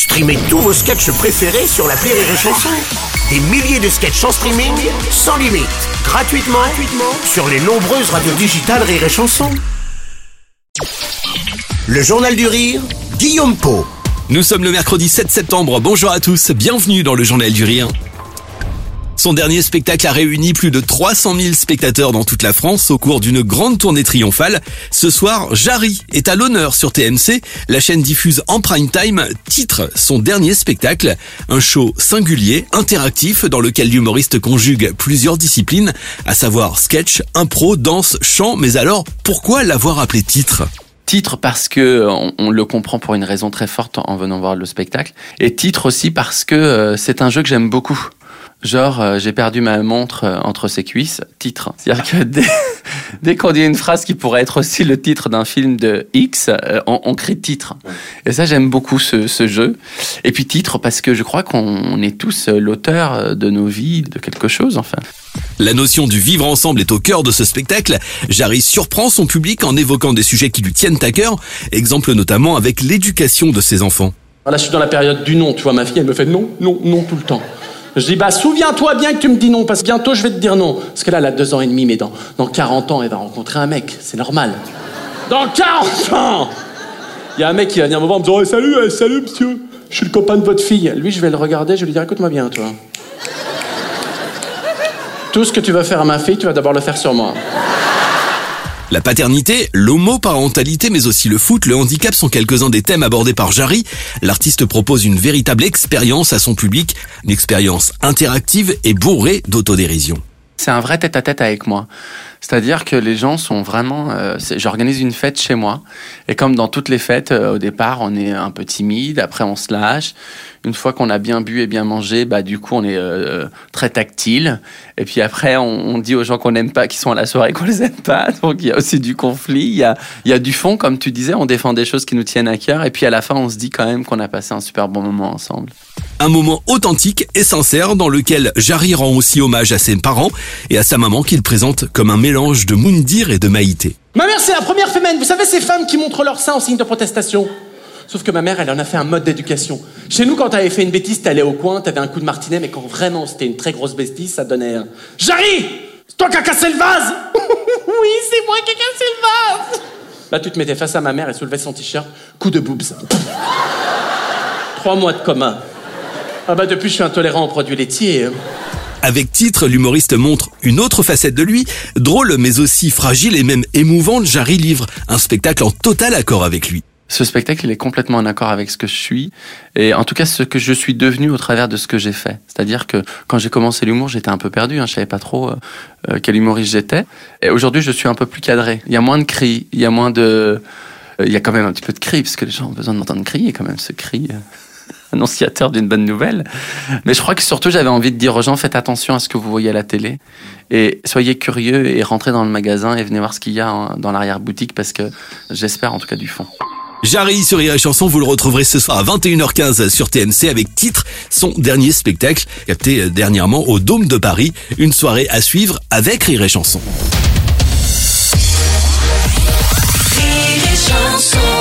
Streamez tous vos sketchs préférés sur l'appli Rire et Chanson. Des milliers de sketchs en streaming, sans limite, gratuitement sur les nombreuses radios digitales Rire et Chanson. Le Journal du Rire, Guillaume Pau. Nous sommes le mercredi 7 septembre, bonjour à tous, bienvenue dans le Journal du Rire. Son dernier spectacle a réuni plus de 300 000 spectateurs dans toute la France au cours d'une grande tournée triomphale. Ce soir, Jarry est à l'honneur sur TMC. La chaîne diffuse en prime time Titre, son dernier spectacle. Un show singulier, interactif, dans lequel l'humoriste conjugue plusieurs disciplines, à savoir sketch, impro, danse, chant. Mais alors, pourquoi l'avoir appelé Titre ? Titre parce que on le comprend pour une raison très forte en venant voir le spectacle. Et titre aussi parce que c'est un jeu que j'aime beaucoup. Genre, j'ai perdu ma montre entre ses cuisses, titre. C'est-à-dire que dès qu'on dit une phrase qui pourrait être aussi le titre d'un film de X, on crie titre. Et ça, j'aime beaucoup ce jeu. Et puis titre parce que je crois qu'on est tous l'auteur de nos vies, de quelque chose, enfin. La notion du vivre ensemble est au cœur de ce spectacle. Jarry surprend son public en évoquant des sujets qui lui tiennent à cœur. Exemple notamment avec l'éducation de ses enfants. Là, je suis dans la période du non. Tu vois, ma fille, elle me fait non tout le temps. Je dis, souviens-toi bien que tu me dis non, parce que bientôt je vais te dire non. Parce que là, elle a 2 ans et demi, mais dans 40 ans, elle va rencontrer un mec. C'est normal. Dans 40 ans! Il y a un mec qui va venir me voir en me disant, salut monsieur, je suis le copain de votre fille. Lui, je vais le regarder, je vais lui dire, écoute-moi bien, toi. Tout ce que tu veux faire à ma fille, tu vas d'abord le faire sur moi. La paternité, l'homoparentalité, mais aussi le foot, le handicap sont quelques-uns des thèmes abordés par Jarry. L'artiste propose une véritable expérience à son public, une expérience interactive et bourrée d'autodérision. C'est un vrai tête-à-tête avec moi. C'est-à-dire que les gens sont vraiment... j'organise une fête chez moi. Et comme dans toutes les fêtes, au départ, on est un peu timide. Après, on se lâche. Une fois qu'on a bien bu et bien mangé, du coup, on est très tactile. Et puis après, on dit aux gens qu'on n'aime pas, qui sont à la soirée, qu'on les aime pas. Donc, il y a aussi du conflit. Il y a du fond, comme tu disais. On défend des choses qui nous tiennent à cœur. Et puis, à la fin, on se dit quand même qu'on a passé un super bon moment ensemble. Un moment authentique et sincère dans lequel Jarry rend aussi hommage à ses parents et à sa maman qu'il présente comme un mélange de Moundir et de Maïté. Ma mère, c'est la première féminine. Vous savez, ces femmes qui montrent leur sein en signe de protestation. Sauf que ma mère, elle en a fait un mode d'éducation. Chez nous, quand t'avais fait une bêtise, t'allais au coin, t'avais un coup de martinet, mais quand vraiment c'était une très grosse bêtise, ça donnait un... Jarry, c'est toi qui as cassé le vase. Oui, c'est moi qui ai cassé le vase. Là, tu te mettais face à ma mère, elle soulevait son t-shirt, coup de boobs. 3 mois de coma. Depuis, je suis intolérant aux produits laitiers. Avec Titre, l'humoriste montre une autre facette de lui, drôle mais aussi fragile et même émouvante. Jarry livre un spectacle en total accord avec lui. Ce spectacle, il est complètement en accord avec ce que je suis, et en tout cas ce que je suis devenu au travers de ce que j'ai fait. C'est-à-dire que quand j'ai commencé l'humour, j'étais un peu perdu, je savais pas trop quel humoriste j'étais. Et aujourd'hui, je suis un peu plus cadré. Il y a moins de cris, il y a quand même un petit peu de cris, parce que les gens ont besoin d'entendre crier quand même, ce cri annonciateur d'une bonne nouvelle. Mais je crois que surtout, j'avais envie de dire aux gens, faites attention à ce que vous voyez à la télé, et soyez curieux et rentrez dans le magasin et venez voir ce qu'il y a dans l'arrière-boutique, parce que j'espère en tout cas du fond. Jarry sur Rire et Chanson, vous le retrouverez ce soir à 21h15 sur TMC avec Titre, son dernier spectacle, capté dernièrement au Dôme de Paris. Une soirée à suivre avec Rire et Chanson. Rire et Chanson.